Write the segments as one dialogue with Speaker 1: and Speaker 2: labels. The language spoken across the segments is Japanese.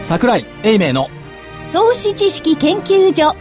Speaker 1: 櫻井英明の
Speaker 2: 投資知識研究所。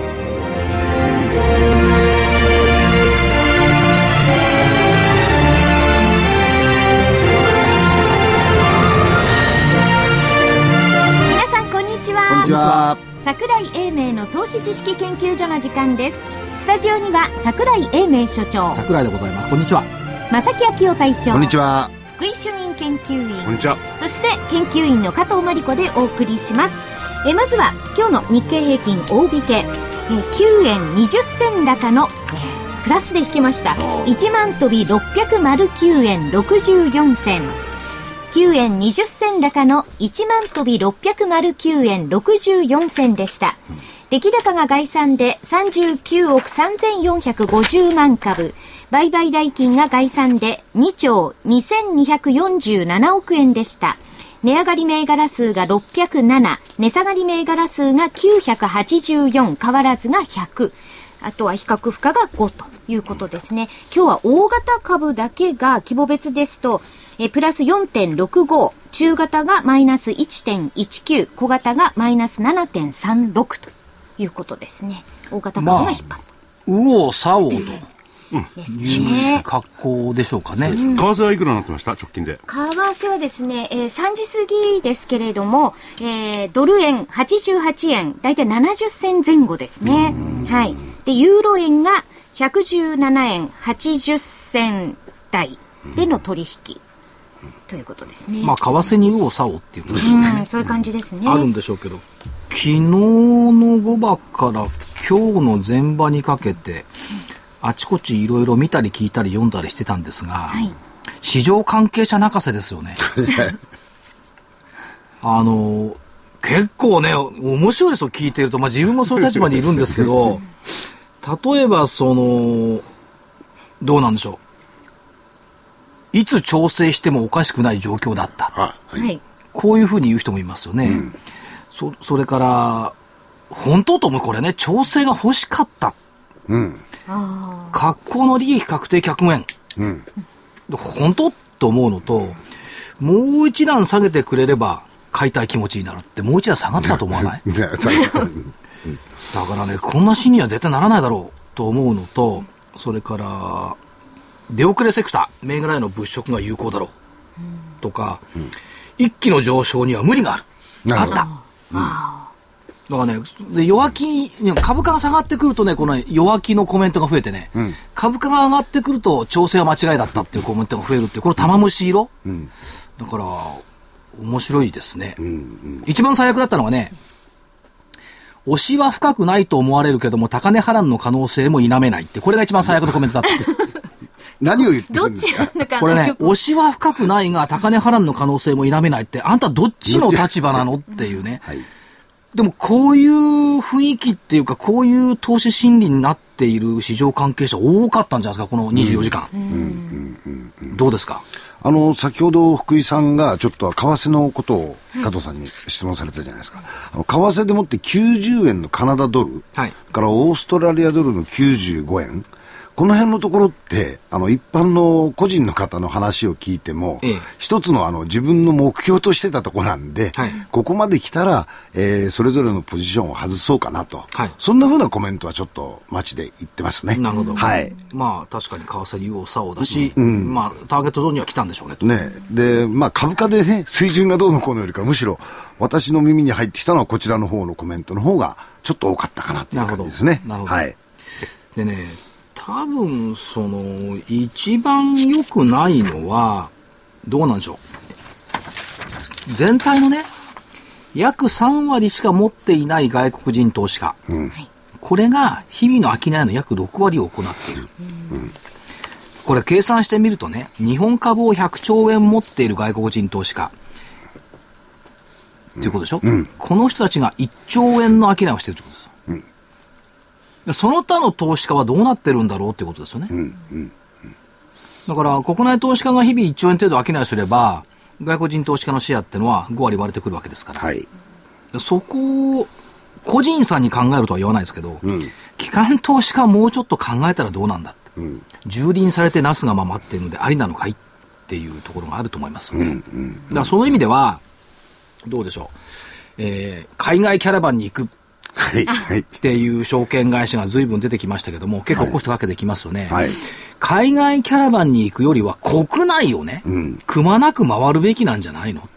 Speaker 2: 皆さんこんにちは。
Speaker 3: こんにちは。
Speaker 2: 櫻井英明の投資知識研究所の時間です。スタジオには櫻井英明所長、
Speaker 1: 櫻井でございます。こんにちは。
Speaker 2: 正木昭夫隊長、
Speaker 3: こんにちは。
Speaker 2: 福井主任研究員、
Speaker 3: こんにちは。
Speaker 2: そして研究員の加藤真理子でお送りします。まずは今日の日経平均大引け、9円20銭高の、プラスで引けました。1万飛び609円64銭、9円20銭高の1万飛び609円64銭でした。出来高が概算で39億3450万株、売買代金が概算で2兆2247億円でした。値上がり銘柄数が607、値下がり銘柄数が984、変わらずが100、あとは比較不可が5ということですね。今日は大型株だけが規模別ですとプラス 4.65、 中型がマイナス 1.19、 小型がマイナス 7.36 ということですね。大型株が引っ張った、
Speaker 1: 右往左往と
Speaker 2: です
Speaker 1: いう格好でしょうかね。
Speaker 3: 為替はいくらになってました？直近で。
Speaker 2: 為替はですね、3時過ぎですけれども、ドル円88円、だいたい70銭前後ですね。はい。で、ユーロ円が117円80銭台での取引ということですね。
Speaker 1: まあ為替に右往左往っていうことですね。
Speaker 2: そういう感じですね。
Speaker 1: あるんでしょうけど、昨日の5場から今日の前場にかけて、あちこちいろいろ見たり聞いたり読んだりしてたんですが、はい、市場関係者泣かせですよね。結構ね、面白いですよ、聞いてると。まあ自分もそういう立場にいるんですけど、例えばどうなんでしょう。いつ調整してもおかしくない状況だった。はい、こういうふうに言う人もいますよね。それから、本当と思う、これね、調整が欲しかった。格好の利益確定100円、本当と思うのと、もう一段下げてくれれば買いたい気持ちになるって、もう一段下がったと思わない？だからね、こんな心理は絶対ならないだろうと思うのと、それから出遅れセクター銘柄への物色が有効だろうとか、一気の上昇には無理がある、あった。だからね、で弱気、株価が下がってくるとね、この弱気のコメントが増えてね、株価が上がってくると調整は間違いだったっていうコメントが増えるっていう、これ玉虫色、だから面白いですね。一番最悪だったのはね、押しは深くないと思われるけども高値波乱の可能性も否めないって、これが一番最悪のコメントだった
Speaker 3: 何を言ってるんですか？
Speaker 1: これね、押しは深くないが高値波乱の可能性も否めないって、あんたどっちの立場なのっていうね。はい、でもこういう雰囲気っていうか、こういう投資心理になっている市場関係者多かったんじゃないですか、この24時間。どうですか？
Speaker 3: 先ほど福井さんがちょっと為替のことを加藤さんに質問されたじゃないですか。為替でもって90円のカナダドル、からオーストラリアドルの95円、この辺のところって一般の個人の方の話を聞いても、一つの自分の目標としてたところなんで、ここまで来たら、それぞれのポジションを外そうかなと、そんなふうなコメントはちょっと街で言ってますね。
Speaker 1: なるほど。
Speaker 3: はい。
Speaker 1: まあ確かに為替に右往左往だし、まあターゲットゾーンには来たんでしょうねと。
Speaker 3: で、まあ株価でね、水準がどうのこうのよりか、むしろ私の耳に入ってきたのはこちらの方のコメントの方がちょっと多かったかなという感じですね。
Speaker 1: なるほど。はい。でね、多分一番良くないのはどうなんでしょう。全体のね、約3割しか持っていない外国人投資家、これが日々の商いの約6割を行っている。これ計算してみるとね、日本株を100兆円持っている外国人投資家っていうことでしょ。この人たちが1兆円の商いをしているということです。その他の投資家はどうなってるんだろうっていうことですよね。だから国内投資家が日々1兆円程度商いをすれば、外国人投資家のシェアってのは5割割れてくるわけですから、そこを個人さんに考えるとは言わないですけど、機関投資家はもうちょっと考えたらどうなんだって、蹂躙されてなすがままっていうのでありなのかいっていうところがあると思いますよね。だからその意味ではどうでしょう。 海外キャラバンに行くっていう証券会社が随分出てきましたけども、結構コストかけてきますよね。はい、海外キャラバンに行くよりは国内をね、くまなく回るべきなんじゃないの、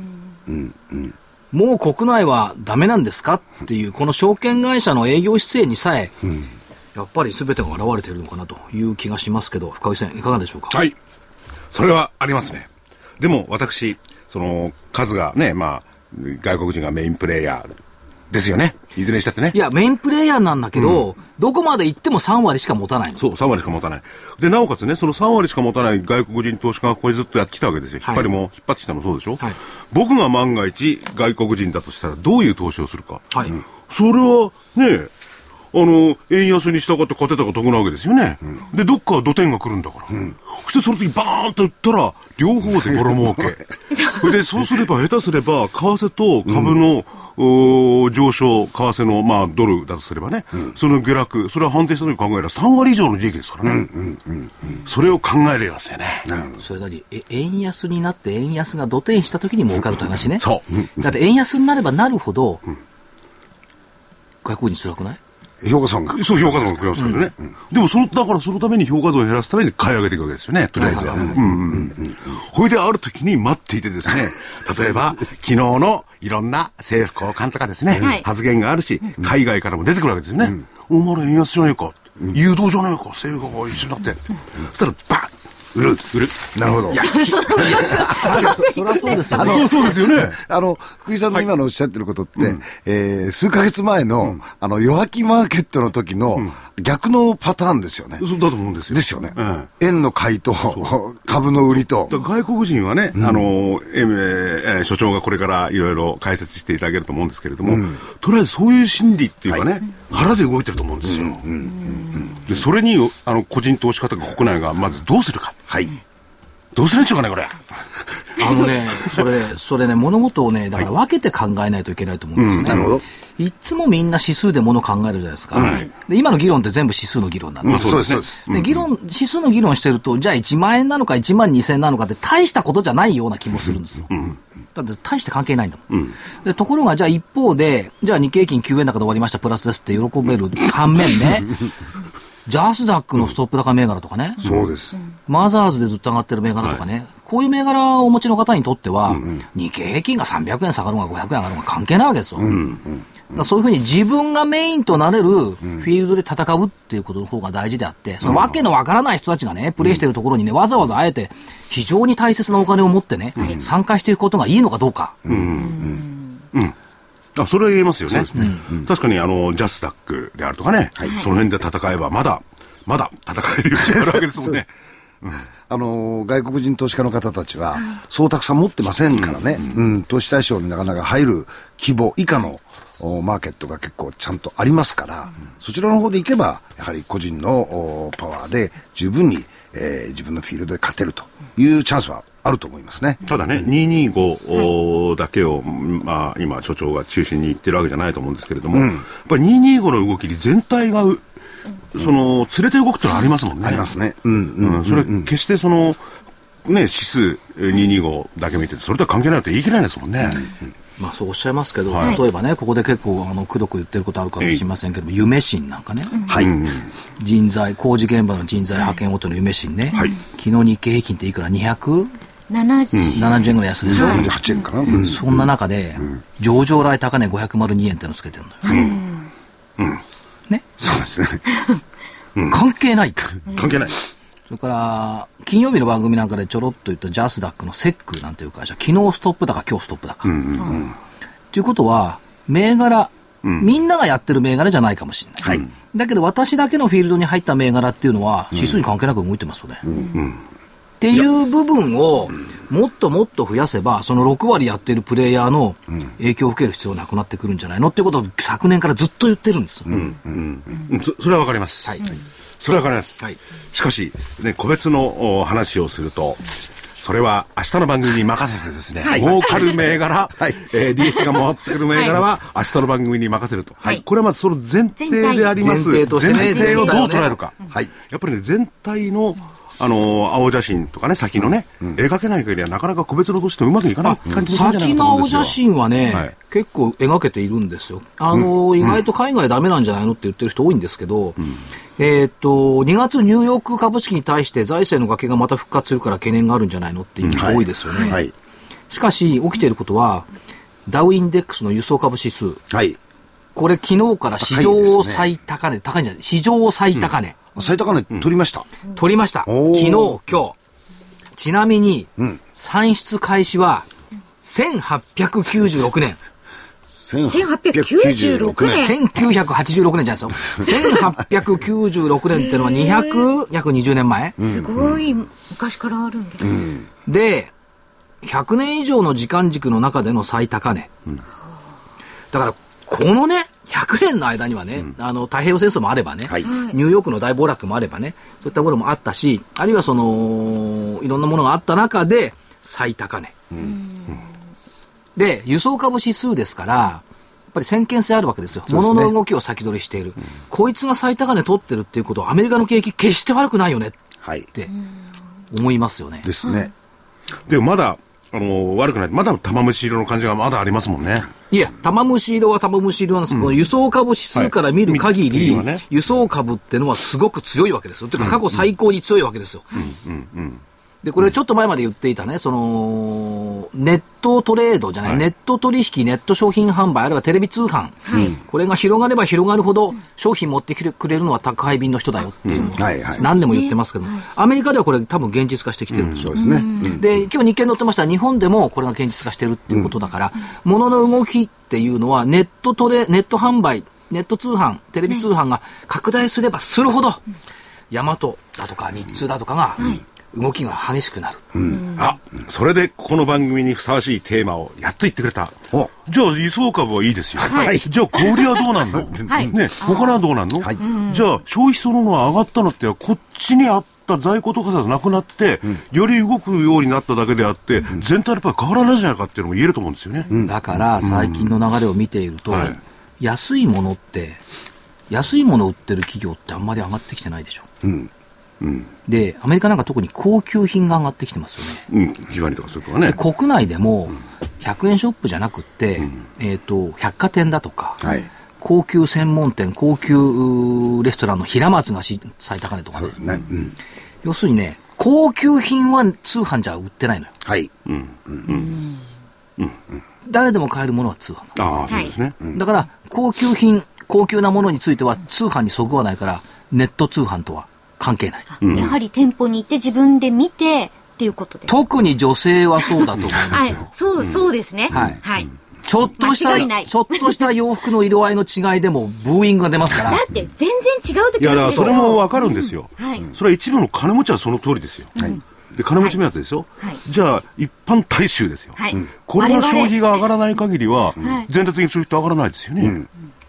Speaker 1: もう国内はダメなんですかっていう、この証券会社の営業姿勢にさえ、やっぱり全てが現れているのかなという気がしますけど、深井さんいかがでしょうか。
Speaker 4: はい、それはありますね。でも私、その数がね、外国人がメインプレイヤーですよね。いずれにしたってね。
Speaker 1: いや、メインプレイヤーなんだけど、どこまで行っても3割しか持たないの。
Speaker 4: そう、3割しか持たない。で、なおかつね、その3割しか持たない外国人投資家がこれずっとやってきたわけですよ。引っ張ってきたのもそうでしょ。はい、僕が万が一外国人だとしたらどういう投資をするか。はい、それはね、円安に従って勝てたが得なわけですよね。で、どっかは土点が来るんだから。そしてその時バーンと売ったら、両方でボロ儲け。で、そうすれば、下手すれば、為替と株の、上昇、為替の、ドルだとすればね、その下落、それは判定した時に考えれば3割以上の利益ですからね。それを考えれますよね。
Speaker 1: それなり、円安になって円安が土点した時に儲かるって話ね。
Speaker 4: そう。
Speaker 1: だって円安になればなるほど、外国人辛くない？
Speaker 3: 評価損が。
Speaker 4: そう、評価損が食いますからね。でもだからそのために評価損を減らすために買い上げていくわけですよね、とりあえずは。ほいである時に待っていてですね、例えば、昨日のいろんな政府高官とかですね、発言があるし、海外からも出てくるわけですよね。お前ら円安じゃねえか、誘導じゃねえか、政府が一緒になって。そしたら、バン売る。
Speaker 3: なるほど。
Speaker 1: そりゃそうですよね。
Speaker 4: そうですよね。
Speaker 3: 福井さんの今のおっしゃってることって、数ヶ月前の、弱気マーケットの時の逆のパターンですよね。
Speaker 4: そうだと思うんですよ。
Speaker 3: ですよね。円の買いと株の売りと。
Speaker 4: 外国人はね、所長がこれからいろいろ解説していただけると思うんですけれども、とりあえずそういう心理っていうかね、腹で動いてると思うんですよ。でそれに個人投資家とか国内がまずどうするか。はい。どうするんでしょうかね、これ。
Speaker 1: それね、物事をね、だから分けて考えないといけないと思うんですよね。
Speaker 3: なるほど。
Speaker 1: いつもみんな指数で物を考えるじゃないですか。で今の議論って全部指数の議論なんです。
Speaker 3: そうです、そうです。
Speaker 1: で、指数の議論してると、じゃあ1万円なのか1万2000円なのかって大したことじゃないような気もするんですよ。だって大して関係ないんだもん。で、ところが、じゃあ一方で、じゃあ日経平均9円高で終わりました、プラスですって喜べる反面ね、ジャスダックのストップ高銘柄とかね、
Speaker 3: そうです。
Speaker 1: マザーズでずっと上がってる銘柄とかね、こういう銘柄をお持ちの方にとっては、日経平均が300円下がるのか500円上がるのか関係ないわけですよ。だそういうふうに自分がメインとなれるフィールドで戦うっていうことの方が大事であって、そのわけのわからない人たちがね、プレイしてるところにね、わざわざあえて非常に大切なお金を持ってね、参加していくことがいいのかどうか。
Speaker 4: それは言えますよね。確かにジャスダックであるとかね、その辺で戦えばまだ戦える余地があるわけですもんね。
Speaker 3: 外国人投資家の方たちはそうたくさん持ってませんからね、投資対象になかなか入る規模以下のマーケットが結構ちゃんとありますから、そちらの方でいけばやはり個人のパワーで十分に、自分のフィールドで勝てるというチャンスはあると思いますね。
Speaker 4: ただね、225だけを、今所長が中心に言ってるわけじゃないと思うんですけれども、やっぱり225の動きに全体が連れて動くってのはありますもんね。
Speaker 3: ありますね。
Speaker 4: それ決して指数225だけ見ててそれとは関係ないと言い切れないですもんね。
Speaker 1: そうおっしゃいますけど、例えばね、ここで結構くどく言ってることあるかもしれませんけども、夢新なんかね、工事現場の人材派遣ごとの夢新ね、昨日日経平均っていくら270円ぐらい安いでしょ。
Speaker 3: 78円かな。
Speaker 1: そんな中で、上場来高値502円ってのつけてるのよ。ね。
Speaker 3: そうですね。
Speaker 1: 関係ない。
Speaker 4: 関係ない。
Speaker 1: それから金曜日の番組なんかでちょろっと言ったジャスダックのセックなんていう会社、昨日ストップ高今日ストップ高ということは銘柄、みんながやってる銘柄じゃないかもしれない、だけど私だけのフィールドに入った銘柄っていうのは指数に関係なく動いてますよね、っていう部分をもっともっと増やせばその6割やってるプレイヤーの影響を受ける必要なくなってくるんじゃないのっていうことを昨年からずっと言ってるんですよ。
Speaker 4: それはわかります、それはわかります、しかし、ね、個別の話をするとそれは明日の番組に任せてですね、儲かる銘柄、利益が回ってくる銘柄は明日の番組に任せると。これはまずその前提であります。前提をどう捉えるか。やっぱりね、全体の青写真とかね、先のね、描けない限りはなかなか個別の都市とうまくいかない感じがするんじゃないかと思うんですよ。
Speaker 1: 先の青写真はね、結構描けているんですよ。意外と海外ダメなんじゃないのって言ってる人多いんですけど、2月ニューヨーク株式に対して財政の崖がまた復活するから懸念があるんじゃないのっていう人多いですよね。しかし起きていることは、ダウインデックスの輸送株指数、これ昨日から史上最高値、高いんじゃない、史上最高値、
Speaker 3: 最高値取りました。
Speaker 1: 取りました。昨日、今日。ちなみに、算出開始は1896年。
Speaker 2: 1896年。
Speaker 1: 1986年じゃないですよ。1896年ってのは約20年前。
Speaker 2: すごい昔からあるんです。
Speaker 1: で、100年以上の時間軸の中での最高値。だから、このね、100年の間にはね、太平洋戦争もあればね、ニューヨークの大暴落もあればね、そういったものもあったし、あるいはその、いろんなものがあった中で、最高値。で、輸送株指数ですから、やっぱり先見性あるわけですよ。物の動きを先取りしている。こいつが最高値取ってるっていうことは、アメリカの景気決して悪くないよねって思いますよね。
Speaker 3: ですね。
Speaker 4: でもまだ、悪くない。まだ玉虫色の感じがまだありますもんね。
Speaker 1: いや、玉虫色は玉虫色なんですけど、輸送株指数から見る限り、輸送株ってのはすごく強いわけですよ。というか過去最高に強いわけですよ。で、これちょっと前まで言っていたね、その、ネットトレードじゃない、ネット取引、ネット商品販売、あるいはテレビ通販。これが広がれば広がるほど、商品持ってきてくれるのは宅配便の人だよっていうのを何でも言ってますけども、アメリカではこれ多分現実化してきてるんですよ。で、今日日経載ってました日本でもこれが現実化してるっていうことだから、物の動きっていうのはネット販売、ネット通販、テレビ通販が拡大すればするほど、ヤマトだとか日通だとかが、動きが激しくなる、
Speaker 4: それでこの番組にふさわしいテーマをやっと言ってくれた。じゃあ輸送株はいいですよ、じゃあ小売りはどうなんの、ね、他のはどうなんの、じゃあ消費そのものが上がったのってこっちにあった在庫とかがなくなって、より動くようになっただけであって、全体のやっぱり変わらないじゃないかっていうのも言えると思うんですよね。
Speaker 1: だから最近の流れを見ていると、安いものって安いものを売ってる企業ってあんまり上がってきてないでしょ。で、アメリカなんか特に高級品が上がってきてますよね。
Speaker 4: 日帰りとかするとかね。
Speaker 1: 国内でも100円ショップじゃなくって、百貨店だとか、高級専門店、高級レストランの平松が最高値とかね。要するにね、高級品は通販じゃ売ってないのよ。誰でも買えるものは通販。
Speaker 4: そうですね。
Speaker 1: だから高級品、高級なものについては通販にそぐわないから、ネット通販とは関係ない。
Speaker 2: やはり店舗に行って自分で見てっていうことです。
Speaker 1: 特に女性はそうだと思いますよ。
Speaker 2: そうですね。
Speaker 1: ちょっとした洋服の色合いの違いでもブーイングが出ますから。
Speaker 2: だって全然違う時あるんですよ。
Speaker 4: いや、だからそれもわかるんですよ。それは一部の金持ちはその通りですよ。で、金持ち目当てですよ。じゃあ一般大衆ですよ。これの消費が上がらない限りは、全体的に消費って上がらないですよね。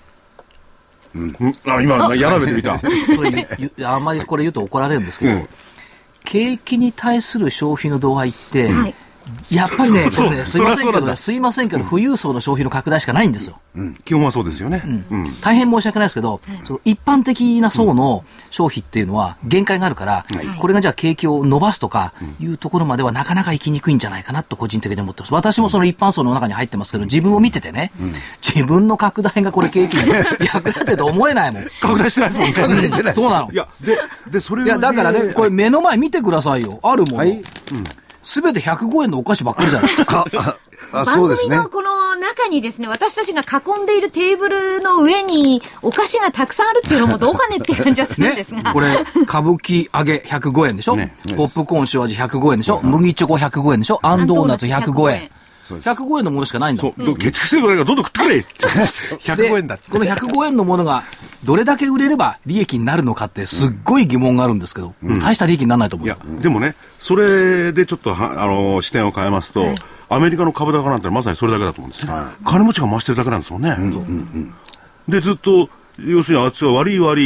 Speaker 4: 今やらべてみた。
Speaker 1: あんまりこれ言うと怒られるんですけど、景気に対する消費の度合いって、やっぱりね、これね、すいませんけど、富裕層の消費の拡大しかないんですよ。
Speaker 4: 基本はそうですよね。
Speaker 1: 大変申し訳ないですけど、その一般的な層の消費っていうのは限界があるから、これがじゃあ景気を伸ばすとかいうところまではなかなか行きにくいんじゃないかなと個人的に思ってます。私もその一般層の中に入ってますけど、自分を見ててね、自分の拡大がこれ景気に役立てると思えないもん。
Speaker 4: 拡大してないですもんね。
Speaker 1: そうなの。
Speaker 4: いや、で、それ
Speaker 1: いや、だからね、これ目の前見てくださいよ。あるもの。すべて105円のお菓子ばっかりじゃないですか。
Speaker 2: そうですね。番組のこの中にですね、私たちが囲んでいるテーブルの上にお菓子がたくさんあるっていうのもどうかねって感じはするんですが。
Speaker 1: これ、歌舞伎揚げ105円でしょ、ポップコーン塩味105円でしょ、麦チョコ105円でしょ、あんドーナツ105円。105円のものしかないんだ。
Speaker 4: そう。ケチくせえぐらいがどんどん食ってくれ105円だって。
Speaker 1: この105円のものがどれだけ売れれば利益になるのかってすっごい疑問があるんですけど、大した利益にならないと思う。
Speaker 4: いや、でもね、それでちょっと視点を変えますと、アメリカの株高なんてまさにそれだけだと思うんですね。金持ちが増してるだけなんですもんね。で、ずっと、要するにあっちは悪い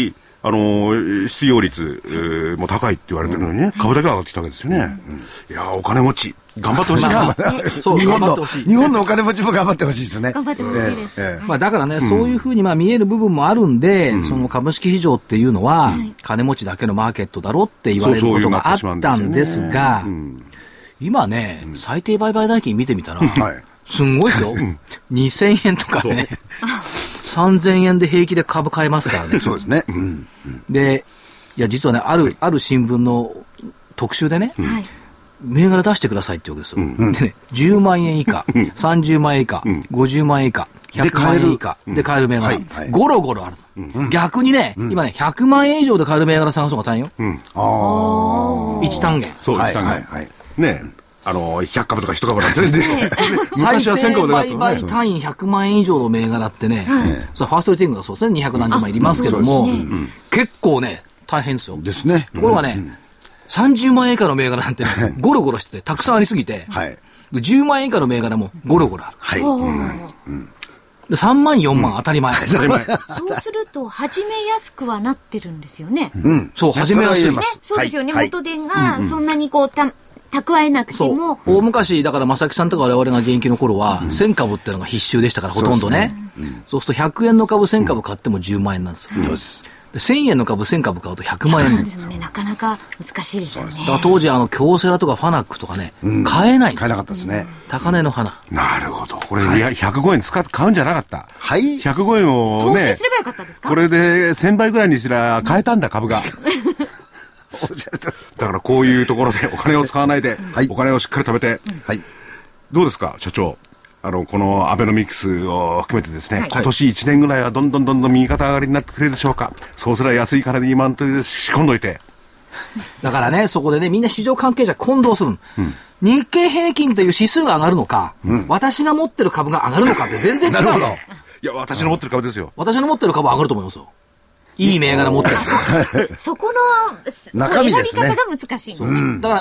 Speaker 4: 失業率、も高いって言われてるのにね、株だけ上がってきたわけですよね。いやお金持ち、頑張ってほしいな。
Speaker 3: そう、頑張ってほしい。日本のお金持ちも頑張ってほしいですよね。
Speaker 2: 頑張ってほしいです。
Speaker 1: だからね、そういうふうに見える部分もあるんで、その株式市場っていうのは、金持ちだけのマーケットだろって言われることがあったんですが、今ね、最低売買代金見てみたら、すんごいですよ。2000円とかね、3000円で平気で株買えますからね。
Speaker 3: そうですね。
Speaker 1: で、いや、実はね、ある新聞の特集でね、銘柄出してくださいって言うわけですよ。でね、10万円以下、30万円以下、50万円以下、100万円以下で買える銘柄、ゴロゴロある。逆にね、今ね、100万円以上で買える銘柄探すのが大変よ。1単元。
Speaker 4: そう、1単元。ね100株とか1株なんてね。昔は1000株で買った
Speaker 1: 売買単位100万円以上の銘柄ってね、ファーストリティングがそうですね、200何十万いりますけども、結構ね、大変ですよ。
Speaker 3: ですね。
Speaker 1: ところがね、30万円以下の銘柄なんてゴロゴロしてて、たくさんありすぎて、10万円以下の銘柄もゴロゴロある。で3万4万当たり前。
Speaker 2: そうすると始めやすくはなってるんですよね。
Speaker 1: そう、始めやすい。
Speaker 2: そうですよね。元手がそんなに蓄えなくても。
Speaker 1: 大昔、だから正木さんとか我々が現役の頃は、1000株ってのが必修でしたから、ほとんどね。そうすると100円の株1000株買っても10万円なんですよ。1000円の株1000株買うと100万円なんですよ。
Speaker 2: なかなか難しいですよね。
Speaker 1: だから当時京セラとかファナックとかね、買えない。
Speaker 3: 買えなかったですね。
Speaker 1: 高値の花。
Speaker 4: なるほど。これ、105円買うんじゃなかった。
Speaker 3: はい。
Speaker 4: 105円をね、
Speaker 2: 投資すればよかったですか？
Speaker 4: これで1000倍ぐらいにすら買えたんだ、株が。だからこういうところでお金を使わないで、お金をしっかり貯めて、どうですか、所長。このアベノミクスを含めてですね、今年1年ぐらいはどんどん右肩上がりになってくれるでしょうか。そうすれば安い金に今んとこ仕込んどいて。
Speaker 1: だからね、そこでね、みんな市場関係者混同する。日経平均という指数が上がるのか、私が持ってる株が上がるのかって全然違うの。
Speaker 4: いや、私の持ってる株ですよ。
Speaker 1: 私の持ってる株は上がると思いますよ。いい銘柄持ってる。
Speaker 2: そこの選び方が難しいんですね。
Speaker 1: だから、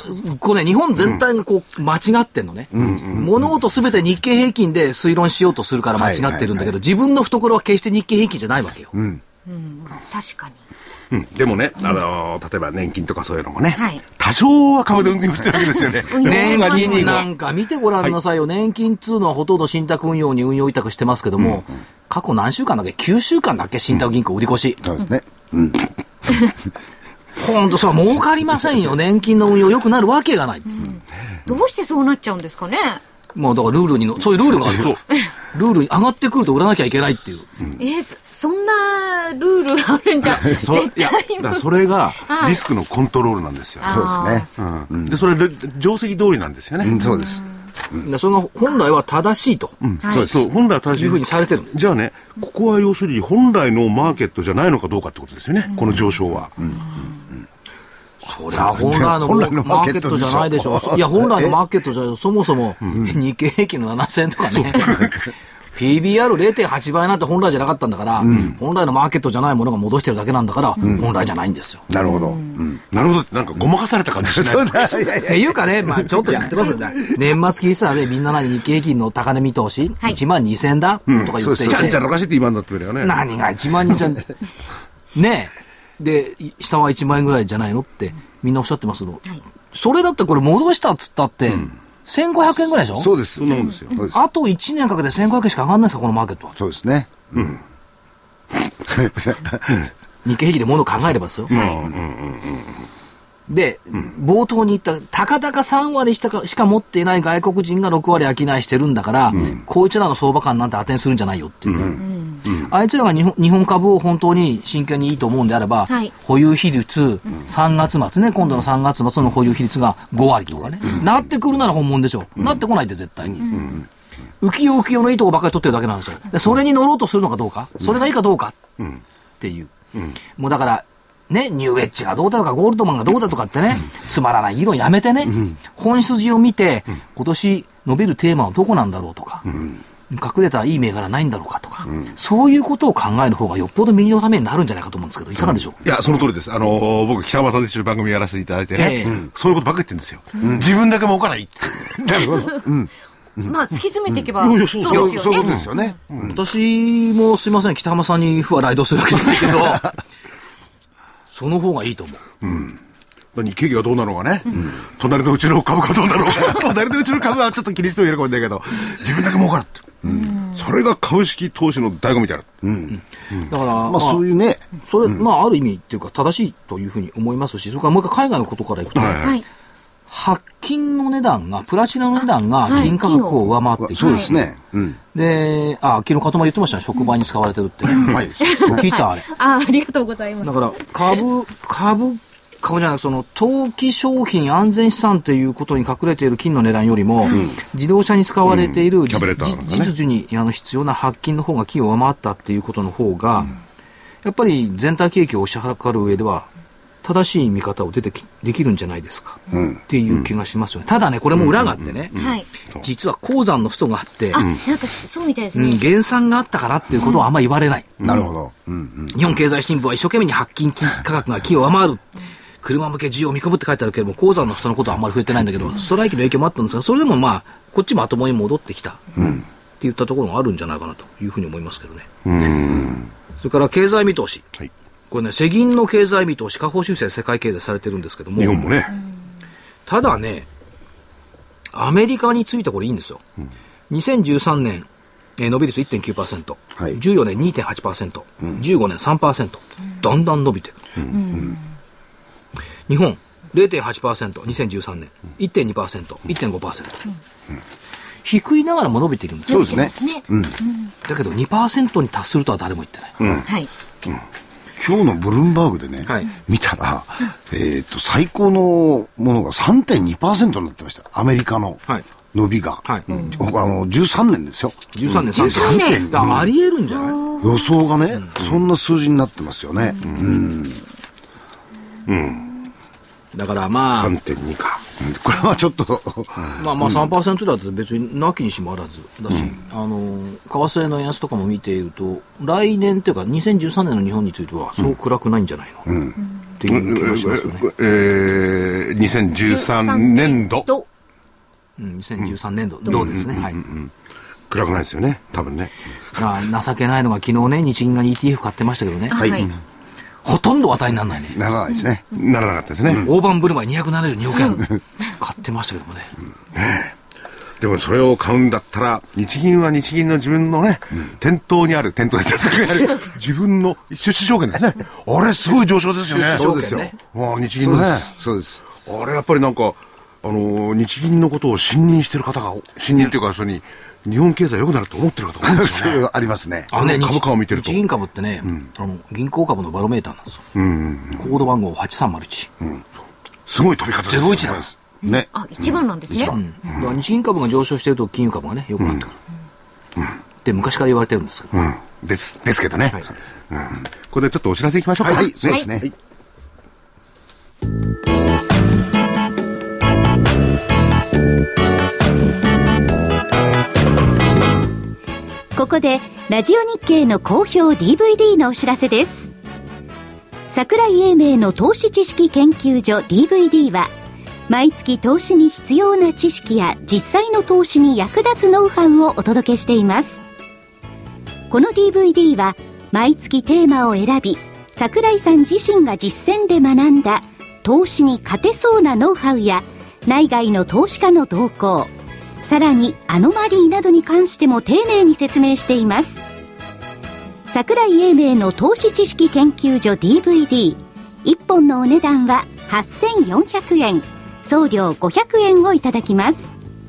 Speaker 1: 日本全体が間違ってんのね。物事すべて日経平均で推論しようとするから間違ってるんだけど、自分の懐は決して日経平均じゃないわけよ。
Speaker 2: 確かに。
Speaker 4: でもね、例えば年金とかそういうのもね、多少は株で運用してるわけですよね。
Speaker 1: 年金なんか見てごらんなさいよ。年金っつうのはほとんど信託運用に運用委託してますけども、過去何週間だっけ ?9 週間だっけ信託銀行売り越し。
Speaker 3: そうですね。
Speaker 1: ほんと、それは儲かりませんよ。年金の運用良くなるわけがない。
Speaker 2: どうしてそうなっちゃうんですかね。
Speaker 1: だからルールにそういうルールがある。ルールに上がってくると売らなきゃいけないっていう。
Speaker 2: そんなルールがあるんじゃ絶対
Speaker 4: だそれがリスクのコントロールなんですよ。
Speaker 3: そうですね。
Speaker 4: でそれ定石通りなんですよね。
Speaker 3: そうです。
Speaker 1: それが本来は正しいと。
Speaker 4: そう、本来は正しい。
Speaker 1: いうふうにされてる。
Speaker 4: じゃあね、ここは要するに本来のマーケットじゃないのかどうかってことですよね。この上昇は。
Speaker 1: そりゃ本来のマーケットじゃないでしょう。いや、本来のマーケットじゃそもそも日経平均の7000とかね。PBR0.8 倍なんて本来じゃなかったんだから、本来のマーケットじゃないものが戻してるだけなんだから、本来じゃないんですよ。
Speaker 3: なるほど。
Speaker 4: なるほど。なんかごまかされた感じしない
Speaker 1: っていうかね、ちょっとやってますよね。年末聞いてたらね、みんな日経平均の高値見通し、1万2000だとか言っていて。
Speaker 4: ちゃんちゃらかしって今になってるよね。
Speaker 1: 何が1万2000ねえ。で、下は1万円ぐらいじゃないのってみんなおっしゃってますけど、それだってこれ戻したっつったって、1500円ぐらいでしょ。
Speaker 3: そうです。
Speaker 4: そんなもんですよ。
Speaker 1: あと1年かけて1500円しか上がんないですか、このマーケットは。
Speaker 3: そうですね。
Speaker 1: 日経平均で物を考えればですよ。で、冒頭に言ったたかだか3割しか持っていない外国人が6割商いしてるんだから、こいつらの相場感なんて当てにするんじゃないよっていう。あいつらが日本株を本当に真剣にいいと思うんであれば、保有比率、3月末ね、今度の3月末の保有比率が5割とかね、なってくるなら本物でしょ。なってこないで絶対に。浮世のいいとこばっかり取ってるだけなんですよ。でそれに乗ろうとするのかどうか、それがいいかどうかっていう。もうだから、ね、ニューウェッジがどうだとか、ゴールドマンがどうだとかってね、つまらない議論やめてね、本筋を見て、今年伸びるテーマはどこなんだろうとか、隠れたいい銘柄ないんだろうかとか、そういうことを考える方がよっぽど右のためになるんじゃないかと思うんですけど、いかがでしょう。
Speaker 4: いや、その通りです。僕、北浜さんで一緒に番組やらせていただいてね、そういうことばっかり言ってるんですよ。自分だけ儲かない。
Speaker 3: なるほど。
Speaker 2: 突き詰めていけば、そうですよね。
Speaker 3: そういうことですよね。
Speaker 1: 私もすいません、北浜さんに不は雷動するわけじゃないけど、 その方がいいと思う。
Speaker 4: 日経がどうなのかね、隣のうちの株価どうなのか隣のうちの株はちょっと気にしてもいるかもしれないけど、自分だけ儲かるって、それが株式投資の醍醐味である。
Speaker 1: だから、
Speaker 3: まあそういうね、
Speaker 1: それ、まあある意味っていうか正しいというふうに思いますし、それからもう一回海外のことからいくと、白金の値段が、プラチナの値段が金価格を上回っている。
Speaker 3: そうですね。
Speaker 1: で、昨日かとま言ってましたね、触媒に使われてるってね。聞いてたあれ。
Speaker 2: ありがとうございます。
Speaker 1: だから株じゃなくその投機商品安全資産ということに隠れている金の値段よりも、自動車に使われている、実需に必要な白金の方が金を上回ったっていうことの方が、やっぱり全体景気を推し量る上では正しい見方をできるんじゃないですか、っていう気がしますよね。ただね、これも裏があってね、実は鉱山のストがあって、
Speaker 2: なんかそうみたいですね。
Speaker 1: 減産があったからっていうことはあんまり言われない。
Speaker 3: なるほど。
Speaker 1: 日本経済新聞は一生懸命に白金価格が金を上回る。車向け需要を見込むって書いてあるけども、鉱山の人のことはあんまり触れてないんだけど、ストライキの影響もあったんですが、それでもまあ、こっちもまともに戻ってきた、って言ったところがあるんじゃないかなというふうに思いますけどね。それから経済見通し。これね、世銀の経済見通し、下方修正世界経済されてるんですけども。
Speaker 4: 日本もね。
Speaker 1: ただね、アメリカについてこれいいんですよ。2013年、伸び率 1.9%、14年 2.8%、15年 3%、だんだん伸びてくる。日本 0.8%、2013年 1.2%、1.5%、低いながらも伸びているんですよ。
Speaker 3: そうですね。
Speaker 1: だけど 2% に達するとは誰も言ってない。
Speaker 3: 今日のブルームバーグでね、見たら、最高のものが 3.2% になってました。アメリカの伸びが。13年ですよ。
Speaker 1: 13年、3.2%。あり得るんじゃない？
Speaker 3: 予想がね、そんな数字になってますよね。
Speaker 1: だからまあ
Speaker 3: 3.2 か。これはちょっと
Speaker 1: まあ 3% だと別になきにしもあらずだし、為替の円安とかも見ていると、来年というか2013年の日本についてはそう暗くないんじゃないの、っていう気がしますよね。
Speaker 4: 2013年度。
Speaker 1: 2013年度、どうですね。
Speaker 4: 暗くないですよね、多分ね。
Speaker 1: 情けないのが昨日ね、日銀が ETF 買ってましたけどね。ほとんど値にならないね。
Speaker 3: ならないですね。
Speaker 4: ならなかったですね。
Speaker 1: 大盤振る舞い272億円買ってましたけどもね。
Speaker 4: でもそれを買うんだったら、日銀は日銀の自分のね、店頭にある、自分の出資証券ですね。あれすごい上昇ですよね。
Speaker 3: そうですよ。
Speaker 4: 日銀のね。
Speaker 3: そうです。
Speaker 4: あれやっぱりなんか、日銀のことを信任してる方が、信任というか、それに、日本経済良くなると思ってる方多いですよね。
Speaker 3: ありますね。
Speaker 4: 株価を見てると。
Speaker 1: 日銀株ってね、銀行株のバロメーターなんですよ。コード番号8301。
Speaker 4: すごい飛び方です。
Speaker 1: 01なんです。
Speaker 3: ね。
Speaker 2: 一番なんですね。
Speaker 1: 日銀株が上昇してると金融株がね、良くなってくる。って昔から言われてるんですけど。
Speaker 4: ですけどね。これでちょっとお知らせいきましょうか。
Speaker 3: はい、そうですね。
Speaker 2: ここでラジオ日経の好評 DVD のお知らせです。桜井英明の投資知識研究所 DVD は、毎月投資に必要な知識や実際の投資に役立つノウハウをお届けしています。この DVD は毎月テーマを選び、桜井さん自身が実践で学んだ投資に勝てそうなノウハウや内外の投資家の動向、さらにアノマリーなどに関しても丁寧に説明しています。桜井英明の投資知識研究所 DVD1 本のお値段は8400円、送料500円をいただきます。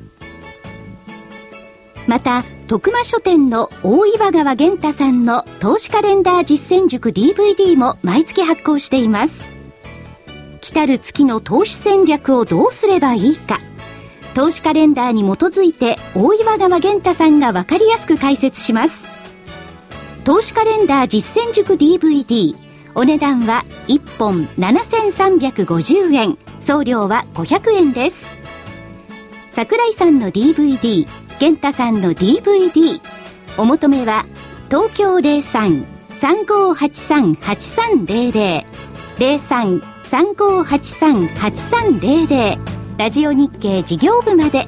Speaker 2: また徳間書店の大岩川源太さんの投資カレンダー実践塾 DVD も毎月発行しています。来たる月の投資戦略をどうすればいいか、投資カレンダーに基づいて大岩川源太さんが分かりやすく解説します。投資カレンダー実践塾 DVD、 お値段は1本7350円、送料は500円です。桜井さんの DVD、 源太さんの DVD、 お求めは東京 03-3583-8300 03-3583-8300、ラジオ日経事業部まで。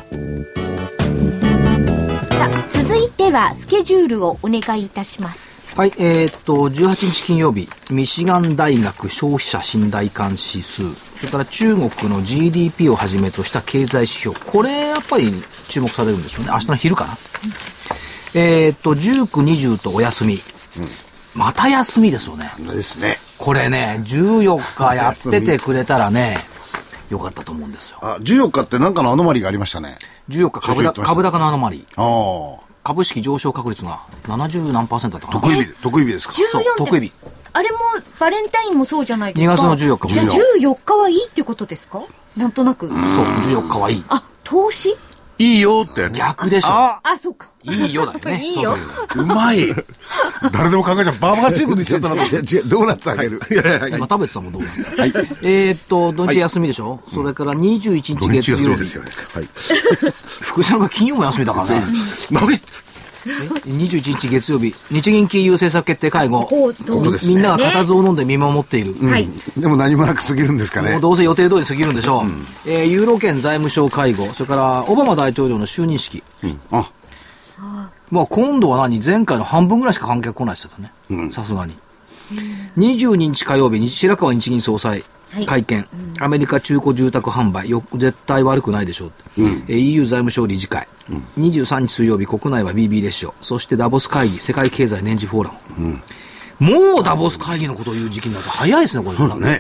Speaker 2: さあ、続いてはスケジュールをお願いいたします。
Speaker 1: はい、18日金曜日、ミシガン大学消費者信頼感指数、それから中国の GDP をはじめとした経済指標、これやっぱり注目されるんでしょうね。明日の昼かな。19、20とお休み。また休みですよね。
Speaker 3: ですね。
Speaker 1: これね、14日やっててくれたらね、よかったと思うんですよ。
Speaker 3: 14日って何かのアノマリがありましたね。
Speaker 1: 14日株高のアノマリ。株式上昇確率が70何%だったかな。
Speaker 3: 得意日ですか。
Speaker 2: そう、
Speaker 1: 得意日。
Speaker 2: あれもバレンタインもそうじゃないですか。
Speaker 1: 2月の14日。
Speaker 2: じゃあ14日はいいってことですか。なんとなく。そう、
Speaker 1: 14日はいい。
Speaker 2: 投資
Speaker 4: いいよって。
Speaker 1: 逆でしょ。
Speaker 2: そうか。
Speaker 1: いいよだよね。
Speaker 2: いいよ。
Speaker 3: うまい。
Speaker 4: 誰でも考えちゃう。バーバーチークにしちゃったな。
Speaker 3: 違う、ドーナツあげる。
Speaker 1: 食べてたもん、ドーナツ。土日休みでしょ。それから21日月曜日。福さんが金曜も休みだからね。21日月曜日、日銀金融政策決定会合。みんなが固唾を飲んで見守っている。
Speaker 3: でも何もなく過ぎるんですかね。
Speaker 1: もうどうせ予定通り過ぎるんでしょう。ユーロ圏財務省会合、それからオバマ大統領の就任式。まあ今度は前回の半分ぐらいしか観客来ないですよね。さすがに。22日火曜日、白川日銀総裁会見。アメリカ中古住宅販売、絶対悪くないでしょう。EU 財務省理事会。23日水曜日、国内は BB 列車。そしてダボス会議、世界経済年次フォーラム。もうダボス会議のことを言う時期になって早いですね、これ。
Speaker 3: そうだね。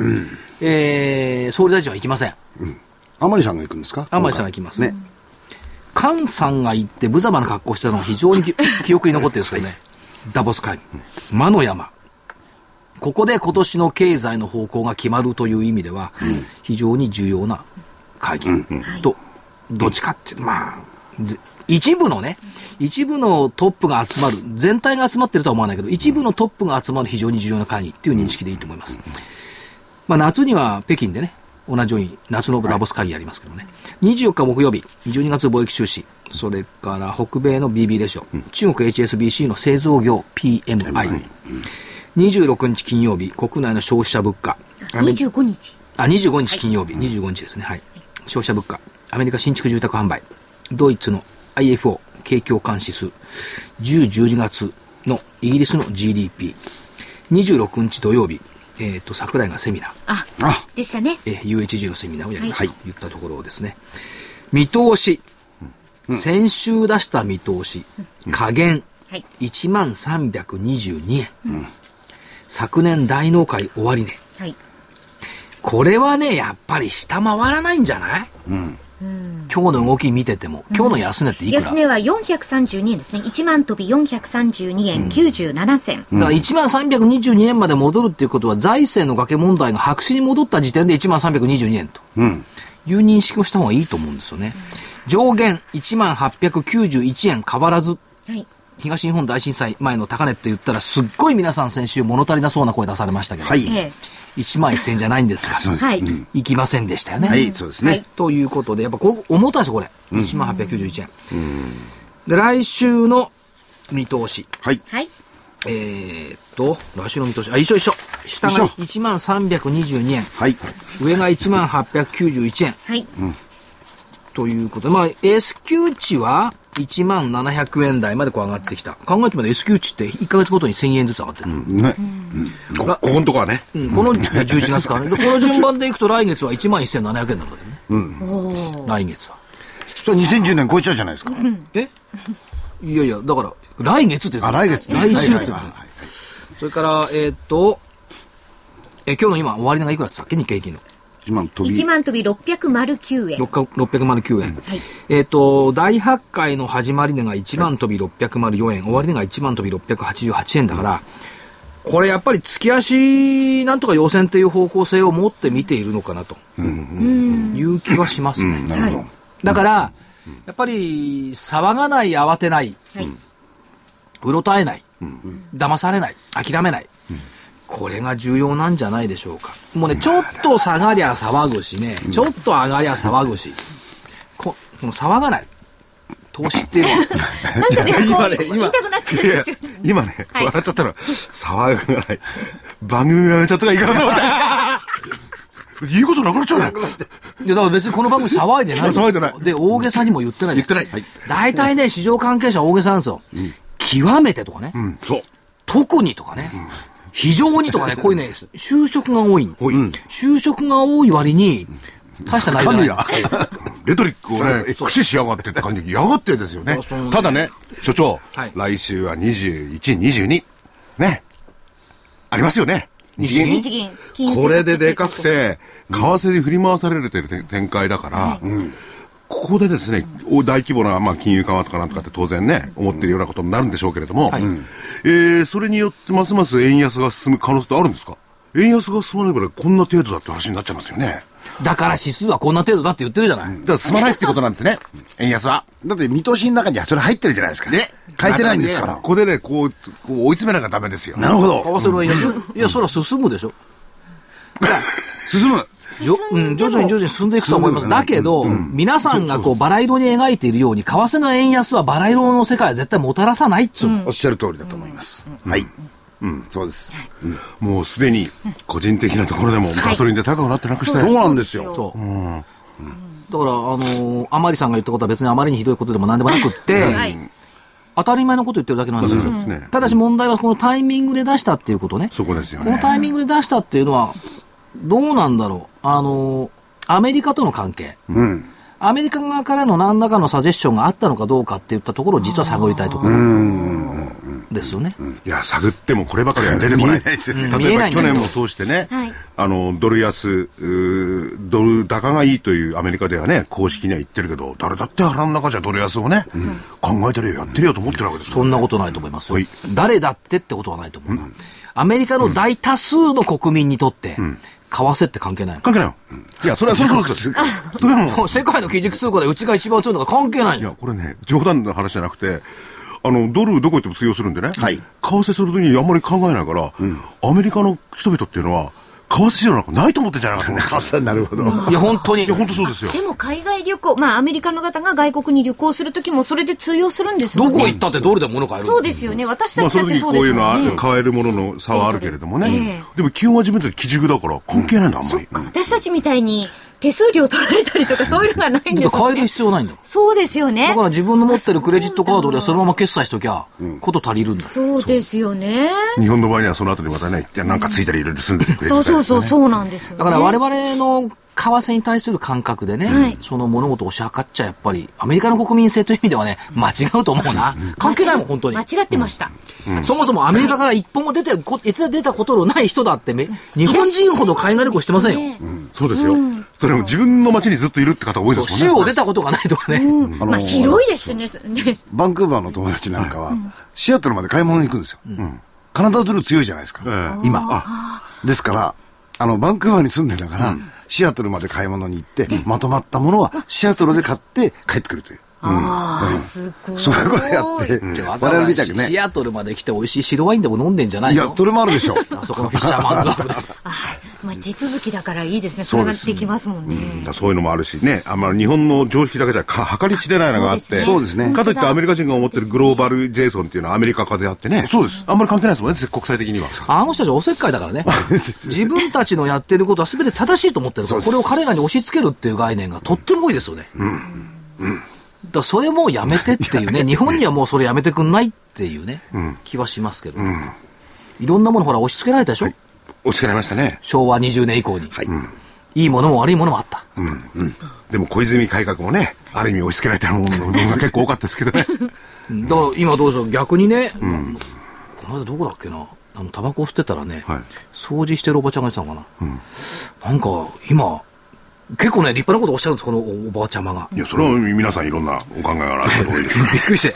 Speaker 1: 総理大臣は行きません。
Speaker 3: 甘利さんが行くんですか。
Speaker 1: 甘利さんが行きますね。菅さんが行って無様な格好してたのが非常に記憶に残ってるんですけどね。ダボス会議。魔の山。ここで今年の経済の方向が決まるという意味では、非常に重要な会議と、どっちかっていうと、一部のトップが集まる、全体が集まってるとは思わないけど、一部のトップが集まる非常に重要な会議っていう認識でいいと思います。夏には北京でね、同じように夏のダボス会議ありますけどね。24日木曜日、12月貿易収支、それから北米の BB レシオ、中国 HSBC の製造業 PMI、26日金曜日、国内の消費者物価。
Speaker 2: 25日。
Speaker 1: 25日金曜日、25日ですね。はい。消費者物価。アメリカ新築住宅販売。ドイツの IFO 景況感指数。10、12月のイギリスの GDP。26日土曜日、桜井がセミナー。
Speaker 2: でしたね。
Speaker 1: UHG のセミナーをやりました。言ったところですね。見通し。先週出した見通し。下限。1322円。昨年大納会終値。これはね、やっぱり下回らないんじゃない？今日の動き見てても、今日の安値っていくら？
Speaker 2: 安値は432円ですね。1万飛び432円97銭。
Speaker 1: だから1万322円まで戻るっていうことは、財政の崖問題が白紙に戻った時点で1万322円という認識をした方がいいと思うんですよね。上限1万891円変わらず。東日本大震災前の高値って言ったら、すっごい皆さん先週物足りなそうな声出されましたけど、1万1000じゃないんですが、行きませんでしたよね。
Speaker 3: そうですね。
Speaker 1: ということで、やっぱこれ重たいですよ、これ。1万891円。で、来週の見通し。来週の見通し。一緒。下が1万322円。上が1万891円。ということで、S q 値は1万700円台までこう上がってきた。考えてみれば S q 値って1ヶ月ごとに1000円ずつ上がってる。
Speaker 4: ここのとこはね。
Speaker 1: この11月からね。この順番でいくと来月は1万1700円なんだけどね。来月は。
Speaker 3: それ2010年超えちゃうじゃないですか。
Speaker 1: いやいや、だから、来月って言って
Speaker 3: 来月。
Speaker 1: 来週って言ってそれから、今日の今、終値がいくらって言ったっけ、日経平均の。
Speaker 2: 1万飛び609円。
Speaker 1: 609円。大発会の始まり値が1万飛び604円、終わり値が1万飛び688円だから、これやっぱり月足なんとか要線という方向性を持って見ているのかなという気はしますね。だから、やっぱり騒がない、慌てない、うろたえない、騙されない、諦めない。これが重要なんじゃないでしょうか。もうね、ちょっと下がりゃ騒ぐしね、ちょっと上がりゃ騒ぐし、この騒がない。投資っていうのは。
Speaker 2: なんかね、言いたくなっちゃうんですよ。
Speaker 4: 今ね、笑っちゃったのは、騒がない。番組やめちゃったからいいかなと思って。言うことなくなっちゃうね。
Speaker 1: いや、だから別にこの番組騒いでない。
Speaker 4: 騒いでない。
Speaker 1: で、大げさにも言ってない。
Speaker 4: 言ってない。
Speaker 1: 大体ね、市場関係者大げさなんですよ。極めてとかね。
Speaker 4: そう。
Speaker 1: 特にとかね、非常にとかね、こういうね、修飾が多い。修飾が多い割に、大した内容ない。
Speaker 4: レトリックをね、駆使しやがってって感じ、やがってですよね。ただね、所長、来週は21、22、ね、ありますよね。
Speaker 2: 日銀。
Speaker 4: これででかくて、為替で振り回されてる展開だから、ここでですね、大規模な、金融緩和とかなんとかって当然ね、思ってるようなことになるんでしょうけれども、それによってますます円安が進む可能性ってあるんですか？円安が進まないからこんな程度だって話になっちゃいますよね。
Speaker 1: だから指数はこんな程度だって言ってるじゃない。
Speaker 4: だから進まないってことなんですね。円安は。
Speaker 3: だって見通しの中にはそれ入ってるじゃないですか。ね。変えてないんですから。
Speaker 4: ここでね、こう追い詰めなきゃダメですよ。
Speaker 3: なるほど。
Speaker 1: 為替の円安。いや、それは進むでしょ。
Speaker 3: 進む。
Speaker 1: 徐々に進んでいくと思います。だけど、皆さんがバラ色に描いているように、為替の円安はバラ色の世界は絶対もたらさないっつうの。
Speaker 3: おっしゃる通りだと思います。はい。そうです。
Speaker 4: もうすでに個人的なところでもガソリンで高くなってなくしたい。
Speaker 3: そうなんですよ。
Speaker 1: だから、甘利さんが言ったことは別にあまりにひどいことでも何でもなくって、当たり前のこと言ってるだけなんですよ。ただし問題はこのタイミングで出したっていうことね。
Speaker 4: そこですよね。
Speaker 1: このタイミングで出したっていうのは、どうなんだろう。アメリカとの関係。アメリカ側からの何らかのサジェスションがあったのかどうかっていったところを実は探りたいところですよね。
Speaker 4: いや、探ってもこればかりは出てこない。例えば去年も通してね、ドル安、ドル高がいいというアメリカではね、公式には言ってるけど、誰だって腹の中じゃドル安をね、考えてるよ、やってるよと思ってるわけですよ。
Speaker 1: そんなことないと思いますよ。誰だってってことはないと思う。アメリカの大多数の国民にとって、為替って関係ない。
Speaker 4: 関係ないよ。いや、それはそうです。
Speaker 1: 世界の基軸通貨でうちが一番強いのが関係ない。
Speaker 4: いや、これね、冗談の話じゃなくて、ドルどこ行っても通用するんでね、為替するときにあんまり考えないから、アメリカの人々っていうのは、為替市場なんかないと思ってんじゃないかと思って。
Speaker 3: なるほど。
Speaker 1: いや、本当に。
Speaker 4: いや、本当そうですよ。
Speaker 2: でも海外旅行、アメリカの方が外国に旅行するときもそれで通用するんですよね。
Speaker 1: どこ行ったってドルで物買える。
Speaker 2: そうですよね。私たちだってそうですよね。
Speaker 4: こういうのは買えるものの差はあるけれどもね。でも基本は自分たち基軸だから関係ないんだ、あんまり。
Speaker 2: 私たちみたいに手数料取られたりとかそういうのがないんですよね。
Speaker 1: 買える必要ないんだ。
Speaker 2: そうですよね。
Speaker 1: だから自分の持ってるクレジットカードでそのまま決済しときゃ、こと足りるんだ。
Speaker 2: そうですよね。
Speaker 4: 日本の場合にはその後にまたね、なんかついたりいろいろ住んでてくれて、
Speaker 2: そうなんですよね。
Speaker 1: だから我々の為替に対する感覚でね、その物事を押し量っちゃやっぱりアメリカの国民性という意味ではね、間違うと思うな。関係ないもん、本当に。
Speaker 2: 間違ってました。
Speaker 1: そもそもアメリカから一本も出たことのない人だって日本人ほど海外旅行してませんよ。
Speaker 4: そうですよ。それも自分の街にずっといるって方多いですもんね。
Speaker 1: 州を出たことがないとかね。
Speaker 2: 広いですね。
Speaker 3: バンクーバーの友達なんかは、シアトルまで買い物に行くんですよ。カナダドル強いじゃないですか。今。ですから、バンクーバーに住んでたから、シアトルまで買い物に行って、まとまったものはシアトルで買って帰ってくるという。
Speaker 2: すごい。
Speaker 3: そういうことやって、
Speaker 1: 我々みたいにね。シアトルまで来て美味しい白ワインでも飲んでんじゃないの？
Speaker 3: いや、それもあるでしょ。
Speaker 1: あそこのフィッシャーマンズラブで。
Speaker 2: 地続きだからいいですね。それができますもんね。
Speaker 4: そういうのもあるしね。日本の常識だけじゃ計り知れないのがあって。
Speaker 3: そうですね。
Speaker 4: かといってアメリカ人が思ってるグローバルジェイソンっていうのはアメリカ化であってね。そうです。あんまり関係ないですもんね、国際的には。
Speaker 1: あの人たちおせっかいだからね。自分たちのやってることは全て正しいと思ってるから、これを彼らに押し付けるっていう概念がとっても多いですよね。だそれもうやめてっていうね、日本にはもうそれやめてくんないっていうね、気はしますけど、いろんなものほら押し付けられたでしょ、
Speaker 4: 押し付けられましたね。
Speaker 1: 昭和20年以降に、いいものも悪いものもあった。
Speaker 4: でも小泉改革もね、ある意味押し付けられたものが結構多かったですけどね。
Speaker 1: だから今どうしよう、逆にね、この間どこだっけな、タバコ吸ってたらね、掃除してるおばちゃんが言ってたのかな、なんか今結構ね、立派なことをおっしゃるんです、このおばあちゃまが。
Speaker 4: いや、それは皆さんいろんなお考えがあると思いです
Speaker 1: びっくりして。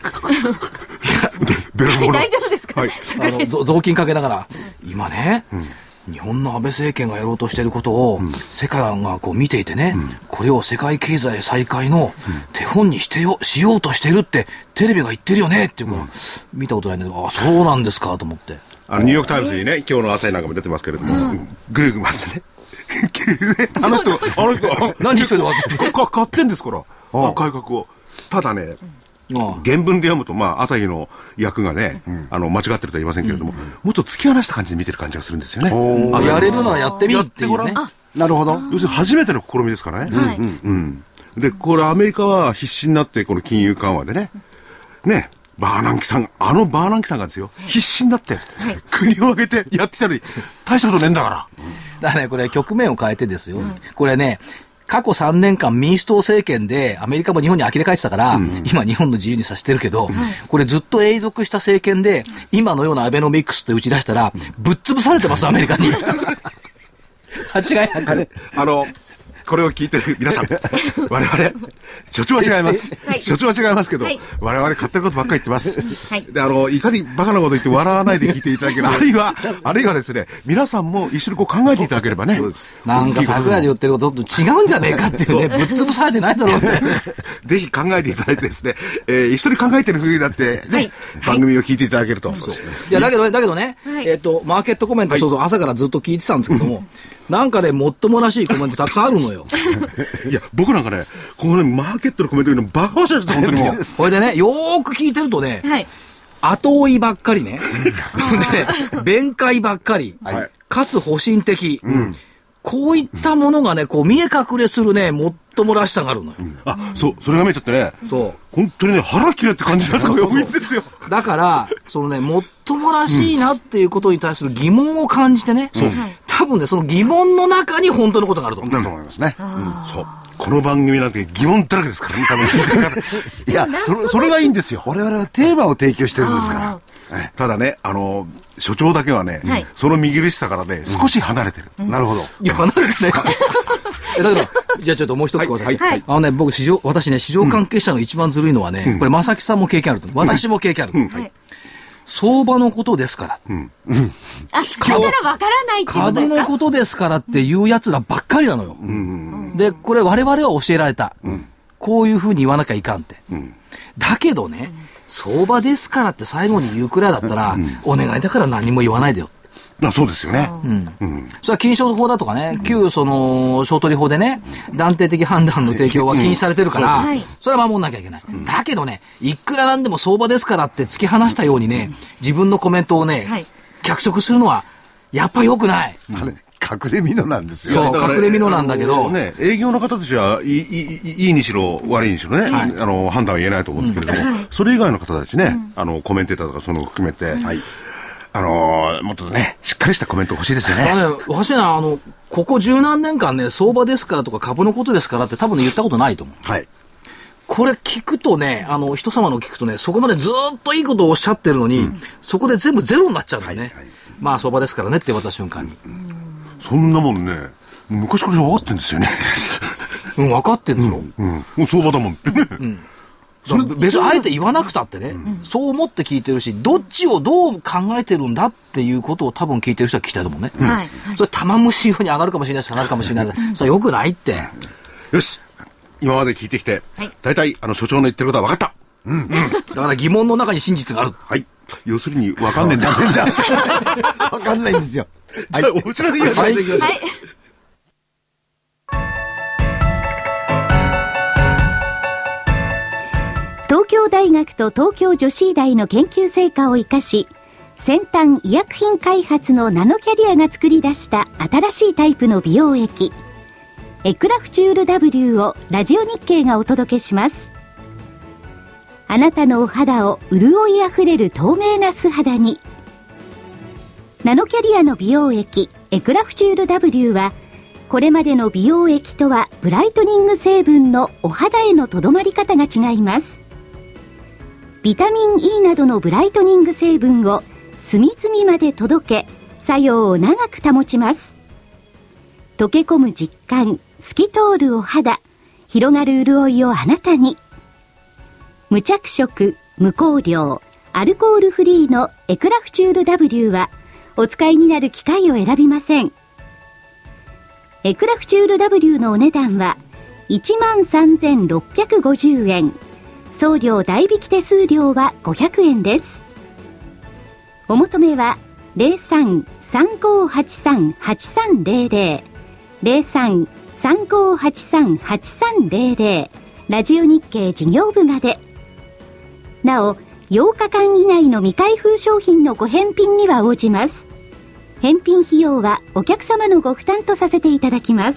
Speaker 2: 大丈夫ですか？
Speaker 1: 雑巾かけながら、今ね、日本の安倍政権がやろうとしていることを、世界がこう見ていてね、これを世界経済再開の手本にしようとしてるって、テレビが言ってるよねっていうから、見たことないんだけど、あ、そうなんですかと思って。
Speaker 4: ニューヨークタイムズにね、今日の朝日なんかも出てますけれども、ぐるぐる回してね。あの人
Speaker 1: 何してるの
Speaker 4: 買ってんですから、改革を。ただね、原文で読むと、朝日の役がね、間違ってるとは言いませんけれども、もっと突き放した感じで見てる感じがするんですよね。
Speaker 1: やれるならやってみっていうね。
Speaker 3: なるほど。
Speaker 4: 要するに初めての試みですからね。で、これアメリカは必死になって、この金融緩和でね、 バーナンキさんがですよ、必死になって、国を挙げてやってきたのに、大したことねえんだから。
Speaker 1: だからね、これ局面を変えてですよ。これね、過去3年間民主党政権でアメリカも日本に呆れ返ってたから、今日本の自由にさせてるけど、これずっと永続した政権で、今のようなアベノミクスって打ち出したら、ぶっ潰されてます、アメリカに。間違いなく。
Speaker 4: これを聞いてる皆さん、我々、所長は違います。所長は違いますけど、我々勝手なことばっかり言ってます。で、いかにバカなこと言って笑わないで聞いていただける。あるいはですね、皆さんも一緒にこう考えていただければね。
Speaker 1: なんか桜井で言ってることと違うんじゃねえかっていうね、ぶっ潰されてないだろうって。
Speaker 4: ぜひ考えていただいてですね、一緒に考えてるふうになってね、番組を聞いていただけると。
Speaker 1: いや、だけどね、マーケットコメント、そうそう、朝からずっと聞いてたんですけども、なんかね、もっともらしいコメントたくさんあるのよ。
Speaker 4: いや、僕なんかね、このね、マーケットのコメント見るのバカバカしいです、本当にもう。
Speaker 1: これでね、よーく聞いてるとね、後追いばっかりね。で、弁解ばっかり。かつ保身的。こういったものがね、こう見え隠れするね、もっともらしさがあるのよ。
Speaker 4: そう、それが見えちゃってね。そう。本当にね、腹切れって感じのやつが多いんですよ。
Speaker 1: だから、そのね、もっともらしいなっていうことに対する疑問を感じてね。そう。多分ね、その疑問の中に本当のことがあると思う。
Speaker 3: だと思いますね。
Speaker 4: そう。この番組なんて疑問だらけですからね、多分。いや、それがいいんですよ。
Speaker 3: 我々はテーマを提供してるんですから。
Speaker 4: ただね、所長だけはね、その見苦しさからね、少し離れてる。
Speaker 3: なるほど。
Speaker 1: いや、離れてね。だけど、じゃあちょっともう一つください。僕、私ね、市場関係者の一番ずるいのはね、これ、正木さんも経験あると。私も経験ある。相場のことですから。
Speaker 2: だからわからないっていうことですか？
Speaker 1: 株のことですからっていう奴らばっかりなのよ。で、これ我々は教えられた。こういうふうに言わなきゃいかんって。だけどね、相場ですからって最後に言うくらいだったら、お願いだから何も言わないでよ。
Speaker 4: そうですよね。
Speaker 1: それは金商法だとかね、旧その、商取法でね、断定的判断の提供は禁止されてるから、それは守んなきゃいけない。だけどね、いくらなんでも相場ですからって突き放したようにね、自分のコメントをね、脚色するのは、やっぱ良くない。
Speaker 3: 隠れ蓑なんですよ。
Speaker 1: そう、隠れ蓑なんだけど。
Speaker 4: 営業の方たちはいいにしろ悪いにしろね、判断は言えないと思うんですけれども、それ以外の方たちね、コメンテーターとかそういうのを含めて、もっとね、しっかりしたコメント欲しいですよね。
Speaker 1: おかしいな、ここ十何年間ね、相場ですからとか株のことですからって多分ね、言ったことないと思う。はい。これ聞くとね、人様の聞くとね、そこまでずっといいことをおっしゃってるのに、そこで全部ゼロになっちゃうんだよね。まあ、相場ですからねって言われた瞬間に。
Speaker 4: そんなもんね、昔から分かってんですよね。
Speaker 1: 分かってんでしょ。
Speaker 4: もう相場だもん。
Speaker 1: それ別にあえて言わなくたってね、そう思って聞いてるし、どっちをどう考えてるんだっていうことを多分聞いてる人は聞きたいと思うね。それ玉虫色に上がるかもしれないし下がるかもしれない。それ良くないって。
Speaker 4: よし、今まで聞いてきて、大体所長の言ってることは分かった。
Speaker 1: だから疑問の中に真実がある。
Speaker 4: はい。要するに分かんねえんだ。
Speaker 3: 分かんないんですよ。
Speaker 4: じゃあ、お知らせいきましょう。
Speaker 2: 東京大学と東京女子医大の研究成果を生かし、先端医薬品開発のナノキャリアが作り出した新しいタイプの美容液、エクラフチュール W をラジオ日経がお届けします。あなたのお肌を潤いあふれる透明な素肌に。ナノキャリアの美容液エクラフチュール W は、これまでの美容液とはブライトニング成分のお肌へのとどまり方が違います。ビタミン E などのブライトニング成分を隅々まで届け、作用を長く保ちます。溶け込む実感、透き通るお肌、広がる潤いをあなたに。無着色、無香料、アルコールフリーのエクラフチュール W は、お使いになる機械を選びません。エクラフチュール W のお値段は 13,650 円。送料代引き手数料は500円です。お求めは 03-3583-8300 03-3583-8300 ラジオ日経事業部まで。なお、8日間以内の未開封商品のご返品には応じます。返品費用はお客様のご負担とさせていただきます。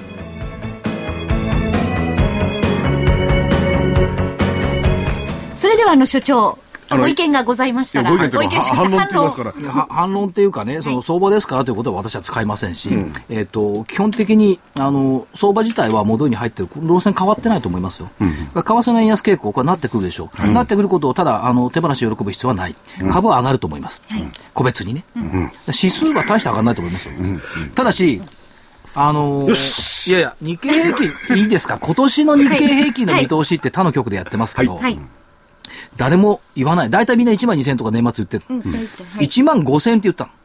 Speaker 2: それでは所長、ご意見がございましたら、
Speaker 4: ご意見反論って言いますから。
Speaker 1: 反論っていうかね、その相場ですからということは私は使いませんし、基本的に、相場自体は戻りに入ってる、路線変わってないと思いますよ。為替の円安傾向、これなってくるでしょう。なってくることをただ、手放し喜ぶ必要はない。株は上がると思います。個別にね。指数は大して上がらないと思いますよ。ただし、いやいや、日経平均、いいですか、今年の日経平均の見通しって他の局でやってますけど、誰も言わない。大体みんな1万2000とか年末言ってる。1万5000って言った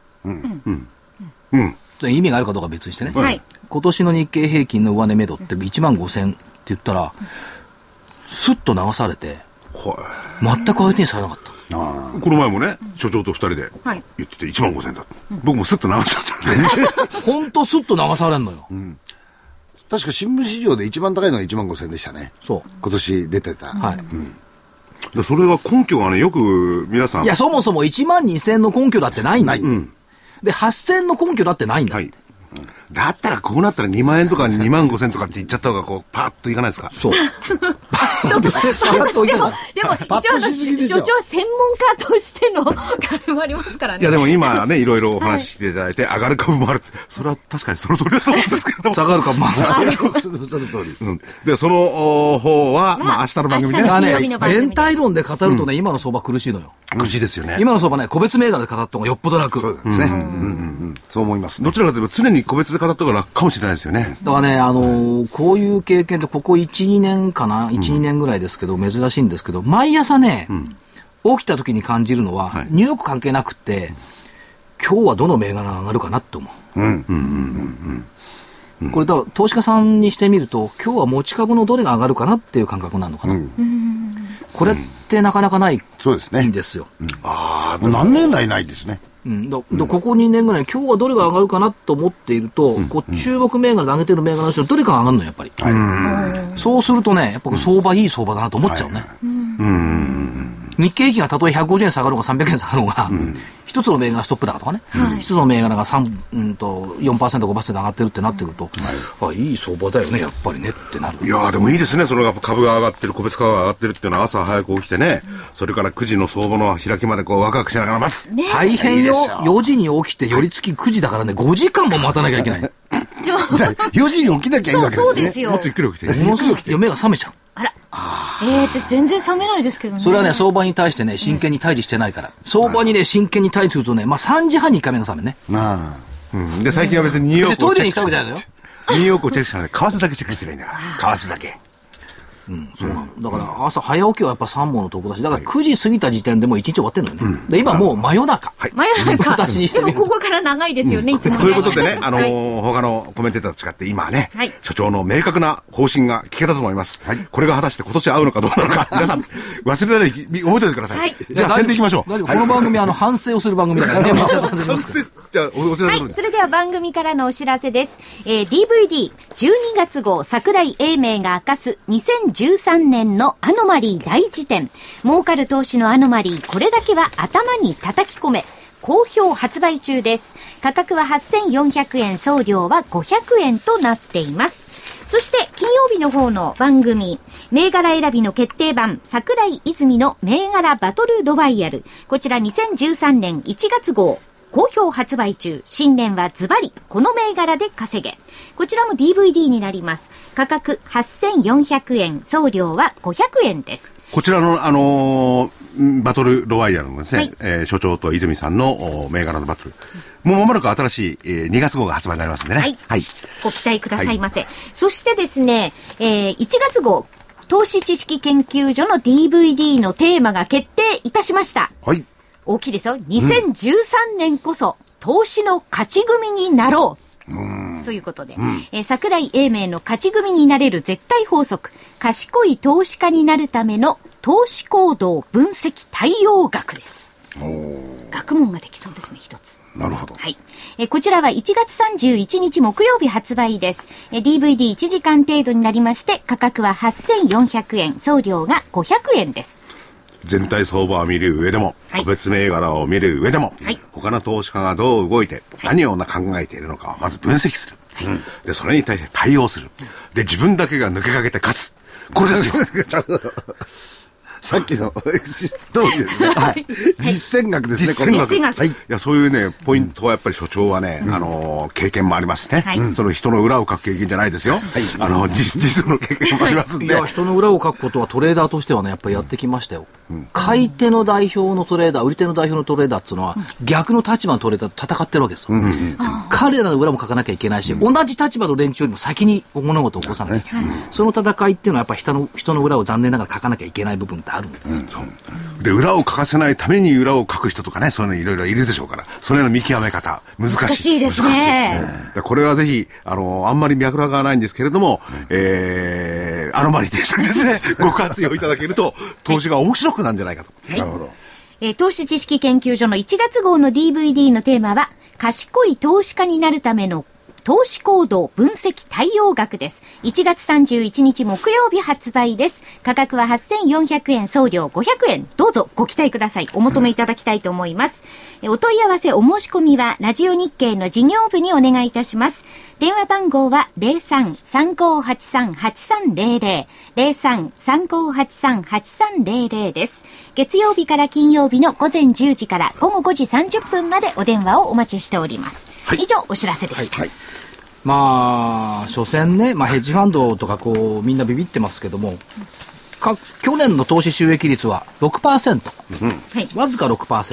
Speaker 1: の。意味があるかどうか別にしてね。今年の日経平均の上値目処って1万5000って言ったら、スッと流されて、全く相手にされなかった。
Speaker 4: この前もね、所長と2人で言ってて1万5000だ。僕もスッと流しちゃった。
Speaker 1: ほんとスッと流されるのよ。
Speaker 3: 確か新聞市場で一番高いのが1万5000でしたね。そう。今年出てた。
Speaker 4: それが根拠がね、よく皆さん。
Speaker 1: いや、そもそも1万2000の根拠だってないんだ。で、8000の根拠だってないんだ。
Speaker 4: だったらこうなったら2万円とか2万5千とかって言っちゃった方がこうパーッといかないですか。
Speaker 1: そう。
Speaker 2: でも一応所長専門家としての柄もありますからね。
Speaker 4: いやでも今ねいろいろお話ししていただいて、上がる株もある。それは確かにその通りだと思うんですけれども。
Speaker 1: 下がる株もある。
Speaker 3: その通り。
Speaker 4: でその方はまあ明日の番組
Speaker 1: ね。全体論で語るとね、今の相場苦しいのよ。
Speaker 4: 苦しいですよね。
Speaker 1: 今の相場ね、個別銘柄で語った方がよっぽど楽。
Speaker 3: そうですね。そう思います。
Speaker 4: どちらかというと常に個別で語った方が楽かもしれないですよね。
Speaker 1: だからね、こういう経験ってここ1、2年かな、1、2年ぐらいですけど、珍しいんですけど、毎朝ね、起きた時に感じるのは、ニューヨーク関係なくって、今日はどの銘柄が上がるかなって思う。これだから投資家さんにしてみると、今日は持ち株のどれが上がるかなっていう感覚なのかな。これってなかなかないんですよ。
Speaker 3: 何年来ないですね。
Speaker 1: ここ2年ぐらい今日はどれが上がるかなと思っていると、注目銘柄で上げてる銘柄の人どれかが上がるのやっぱり。そうするとね、やっぱ相場いい相場だなと思っちゃうね。日経平均がたとえ150円下がろうが300円下がろうが、一つの銘柄ストップ高とかね、一つの銘柄が4%、5% 上がってるってなってくると、いい相場だよね、やっぱりねってなる。
Speaker 4: いやでもいいですね、その株が上がってる、個別株が上がってるっていうのは朝早く起きてね、それから9時の相場の開きまでこうワクワクしながら待つ。
Speaker 1: 大変よ、4時に起きて寄り付き9時だからね、5時間も待たなきゃいけない。
Speaker 3: 4時に起きなきゃいいわけですね。
Speaker 2: そうですよ。
Speaker 4: もっとゆっくり起きて。
Speaker 1: 目が覚めちゃう。
Speaker 2: あら。全然冷めないですけどね。
Speaker 1: それはね、相場に対してね、真剣に対峙してないから。相場にね、真剣に対峙するとね、3時半に1回目が覚めね。
Speaker 4: で、最近は別にニューヨーク
Speaker 1: トイレにしたわけじゃないのよ。
Speaker 4: ニューヨークをチェックしたので、為替だけチェックしてないんだから。為替だけ。
Speaker 1: そうなの。だから朝早起きはやっぱ3本のとこだし、だから9時過ぎた時点でもう1日終わってんのよね。で今もう真夜中。
Speaker 2: 真夜中。でもここから長いですよね、いつもね。
Speaker 4: ということでね、他のコメンテーターと違って今ね、所長の明確な方針が聞けたと思います。これが果たして今年合うのかどうなのか、皆さん忘れないで覚えておいてください。じゃあ宣伝いきましょう。
Speaker 1: この番組反省をする番組だからね。
Speaker 4: じゃあお知らせ。
Speaker 2: それでは番組からのお知らせです。DVD12 月号桜井英明が明かす2013年のアノマリー大辞典。儲かる投資のアノマリー、これだけは頭に叩き込め。好評発売中です。価格は8400円、送料は500円となっています。そして金曜日の方の番組、銘柄選びの決定版、桜井泉の銘柄バトルロワイヤル。こちら2013年1月号。好評発売中。新年はズバリこの銘柄で稼げ。こちらも DVD になります。価格8400円、送料は500円です。
Speaker 4: こちらのバトルロワイヤルのですね、所長と泉さんの銘柄のバトル。もう間もなく新しい、2月号が発売になりますんでね。
Speaker 2: ご期待くださいませ。そしてですね、1月号、投資知識研究所の DVD のテーマが決定いたしました。大きいですよ。2013年こそ投資の勝ち組になろう。ということで、桜井英明の勝ち組になれる絶対法則、賢い投資家になるための投資行動分析対応学です。学問ができそうですね、一つ。
Speaker 3: なるほど。
Speaker 2: こちらは1月31日木曜日発売です。DVD1 時間程度になりまして、価格は8400円、送料が500円です。
Speaker 4: 全体相場を見る上でも、個別銘柄を見る上でも、他の投資家がどう動いて、何を考えているのかをまず分析する。で、それに対して対応する。で、自分だけが抜けかけて勝つ。これですよ。
Speaker 3: さっきの通りですね。はい。実践学ですね、
Speaker 4: 実践学。はい。いや、そういうね、ポイントはやっぱり所長はね、経験もありますね。その人の裏をかく経験じゃないですよ。実の経験もありますんで。
Speaker 1: いや、人の裏をかくことはトレーダーとしてはね、やっぱりやってきましたよ。買い手の代表のトレーダー、売り手の代表のトレーダーっていうのは、逆の立場のトレーダーと戦ってるわけですよ。彼らの裏もかかなきゃいけないし、同じ立場の連中よりも先に物事を起こさなきゃいけない。その戦いっていうのはやっぱり人の裏を残念ながら書かなきゃいけない部分ってあるんですよ。
Speaker 4: で、裏を書かせないために裏を書く人とかね、そういうのいろいろいるでしょうから、それの見極め方、難しい。
Speaker 2: 難しいですね。
Speaker 4: これはぜひ、あんまり脈絡がないんですけれども、アノマリティさんですね、ご活用いただけると、投資が面白くなるんじゃないかと。
Speaker 2: なるほど。投資知識研究所の1月号の DVD のテーマは、賢い投資家になるための投資行動分析対応学です。1月31日木曜日発売です。価格は8400円、送料500円。どうぞご期待ください。お求めいただきたいと思います。お問い合わせお申し込みはラジオ日経の事業部にお願いいたします。電話番号は 03-3583-8300 03-3583-8300 です。月曜日から金曜日の午前10時から午後5時30分までお電話をお待ちしております。はい、以上お知らせでした。はいはい、
Speaker 1: まあ所詮ね、ヘッジファンドとかこうみんなビビってますけども、去年の投資収益率は 6%、わずか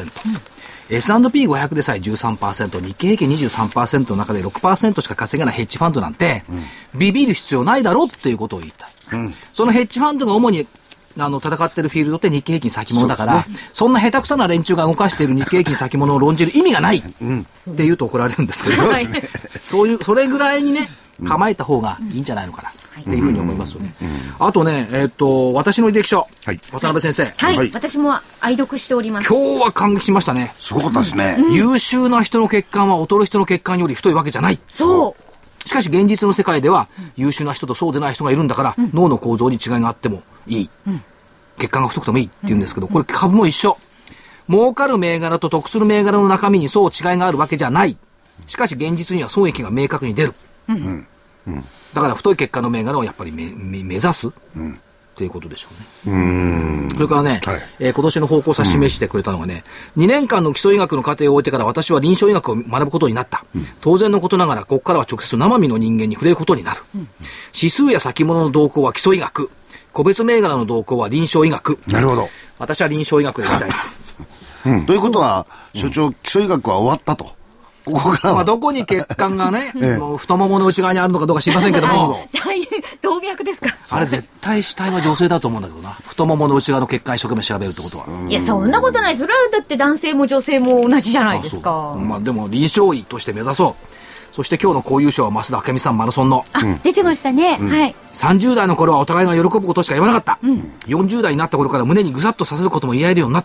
Speaker 1: 6%、S&P500 でさえ 13%、日経平均 23% の中で 6% しか稼げないヘッジファンドなんて、ビビる必要ないだろうっていうことを言った、そのヘッジファンドが主に戦ってるフィールドって日経平均先物だから、 そんな下手くそな連中が動かしている日経平均先物を論じる意味がないって言うと怒られるんですけど、それぐらいにね構えた方がいいんじゃないのかなっていうふうに思いますよね。あとね、私の履歴書、渡辺先生、
Speaker 2: 私も愛読しております。
Speaker 1: 今日は感激しましたね。
Speaker 3: すごかったですね。
Speaker 1: 優秀な人の血管は劣る人の血管より太いわけじゃない。
Speaker 2: そう
Speaker 1: しかし現実の世界では優秀な人とそうでない人がいるんだから、脳の構造に違いがあってもいい、血管が太くてもいいって言うんですけど、これ株も一緒。儲かる銘柄と得する銘柄の中身にそう違いがあるわけじゃない。しかし現実には損益が明確に出る、だから太い血管の銘柄をやっぱり目指す、っていうことでしょうね。それからね、今年の方向差し示してくれたのがね、2年間の基礎医学の課程を終えてから私は臨床医学を学ぶことになった、当然のことながらここからは直接生身の人間に触れることになる、指数や先物の動向は基礎医学、個別銘柄の動向は臨床医学。
Speaker 3: なるほど。
Speaker 1: 私は臨床医学でやりたい
Speaker 3: ということは、所長、基礎医学は終わったと。ここから
Speaker 1: どこに血管がね、太ももの内側にあるのかどうか知りませんけども
Speaker 2: 動脈ですか。
Speaker 1: あれ絶対死体は女性だと思うんだけどな、太ももの内側の血管一生懸命調べるってことは。
Speaker 2: いや、そんなことない。それはだって男性も女性も同じじゃないですか。
Speaker 1: でも臨床医として目指そう。そして今日のこういう賞は増田明美さんマラソンの
Speaker 2: 出てましたね、
Speaker 1: 30代の頃はお互いが喜ぶことしか言わなかった、40代になった頃から胸にぐざっとさせることも言えるようになった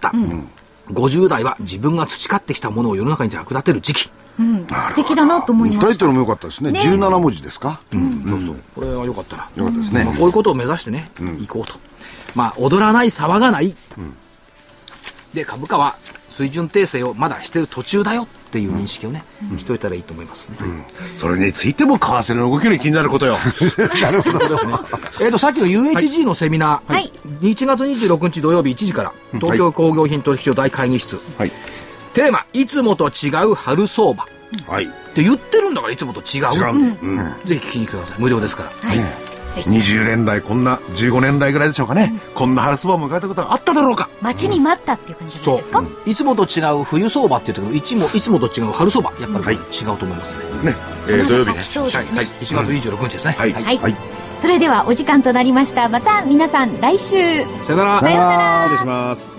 Speaker 1: 、50代は自分が培ってきたものを世の中に役立てる時期、
Speaker 2: 素敵だなと思いました。
Speaker 3: タイトルも良かったですね。17文字ですか。
Speaker 1: そうこれは良かったな。
Speaker 3: 良かったですね。
Speaker 1: こういうことを目指してね、行こうと。踊らない騒がない、で株価は水準訂正をまだしてる途中だよっていう認識をね、しといたらいいと思いますね。
Speaker 4: それについても為替の動きより気になることよ。
Speaker 3: なるほどです
Speaker 1: ね。さっきの UHG のセミナー、1月26日土曜日1時から東京工業品取引所大会議室、テーマいつもと違う春相場、って言ってるんだからいつもと違う、ぜひ聞きに来てください。無料ですから。
Speaker 4: 20年代、こんな15年代ぐらいでしょうかね、こんな春相場を迎えたことがあっただろうか。
Speaker 2: 待ちに待ったっていう感じじゃないですか。
Speaker 1: いつもと違う冬相場って言ってるけど、いつもと違う春相場、やっぱり違うと思いますね。
Speaker 4: 土曜日ね。
Speaker 1: 1月26日ですね。
Speaker 2: それではお時間となりました。また皆さん来週。
Speaker 1: さよなら。
Speaker 4: 失礼します。